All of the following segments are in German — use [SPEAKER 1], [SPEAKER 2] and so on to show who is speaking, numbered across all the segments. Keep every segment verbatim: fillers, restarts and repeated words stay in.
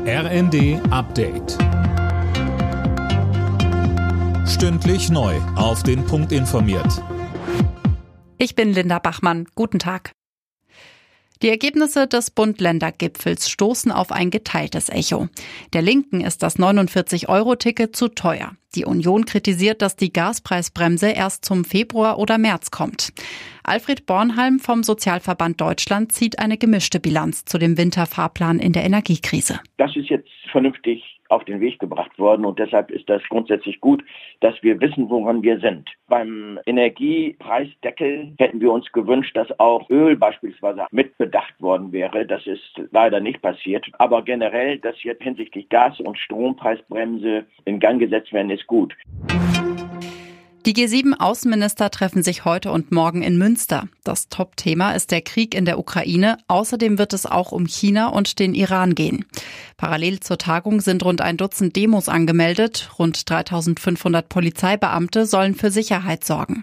[SPEAKER 1] R N D Update. Stündlich neu auf den Punkt informiert.
[SPEAKER 2] Ich bin Linda Bachmann. Guten Tag. Die Ergebnisse des Bund-Länder-Gipfels stoßen auf ein geteiltes Echo. Der Linken ist das neunundvierzig-Euro-Ticket zu teuer. Die Union kritisiert, dass die Gaspreisbremse erst zum Februar oder März kommt. Alfred Bornhalm vom Sozialverband Deutschland zieht eine gemischte Bilanz zu dem Winterfahrplan in der Energiekrise.
[SPEAKER 3] Das ist jetzt vernünftig auf den Weg gebracht worden und deshalb ist das grundsätzlich gut, dass wir wissen, woran wir sind. Beim Energiepreisdeckel hätten wir uns gewünscht, dass auch Öl beispielsweise mitbedacht worden wäre. Das ist leider nicht passiert. Aber generell, dass jetzt hinsichtlich Gas- und Strompreisbremse in Gang gesetzt werden, ist gut.
[SPEAKER 2] Die G sieben Außenminister treffen sich heute und morgen in Münster. Das Top-Thema ist der Krieg in der Ukraine. Außerdem wird es auch um China und den Iran gehen. Parallel zur Tagung sind rund ein Dutzend Demos angemeldet. Rund dreitausendfünfhundert Polizeibeamte sollen für Sicherheit sorgen.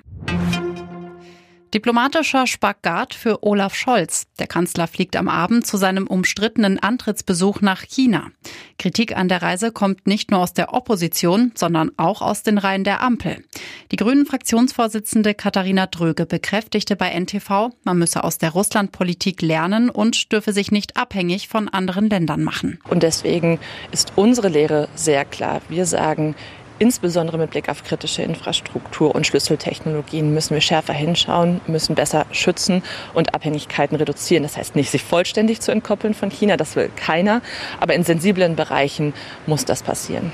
[SPEAKER 2] Diplomatischer Spagat für Olaf Scholz. Der Kanzler fliegt am Abend zu seinem umstrittenen Antrittsbesuch nach China. Kritik an der Reise kommt nicht nur aus der Opposition, sondern auch aus den Reihen der Ampel. Die Grünen-Fraktionsvorsitzende Katharina Dröge bekräftigte bei N T V, man müsse aus der Russlandpolitik lernen und dürfe sich nicht abhängig von anderen Ländern machen.
[SPEAKER 4] Und deswegen ist unsere Lehre sehr klar. Wir sagen, insbesondere mit Blick auf kritische Infrastruktur und Schlüsseltechnologien müssen wir schärfer hinschauen, müssen besser schützen und Abhängigkeiten reduzieren. Das heißt nicht, sich vollständig zu entkoppeln von China, das will keiner. Aber in sensiblen Bereichen muss das passieren.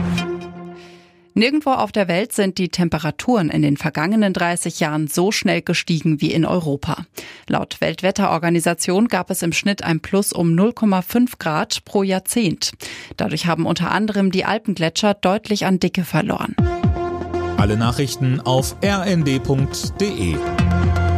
[SPEAKER 2] Nirgendwo auf der Welt sind die Temperaturen in den vergangenen dreißig Jahren so schnell gestiegen wie in Europa. Laut Weltwetterorganisation gab es im Schnitt ein Plus um null Komma fünf Grad pro Jahrzehnt. Dadurch haben unter anderem die Alpengletscher deutlich an Dicke verloren.
[SPEAKER 1] Alle Nachrichten auf r n d punkt d e.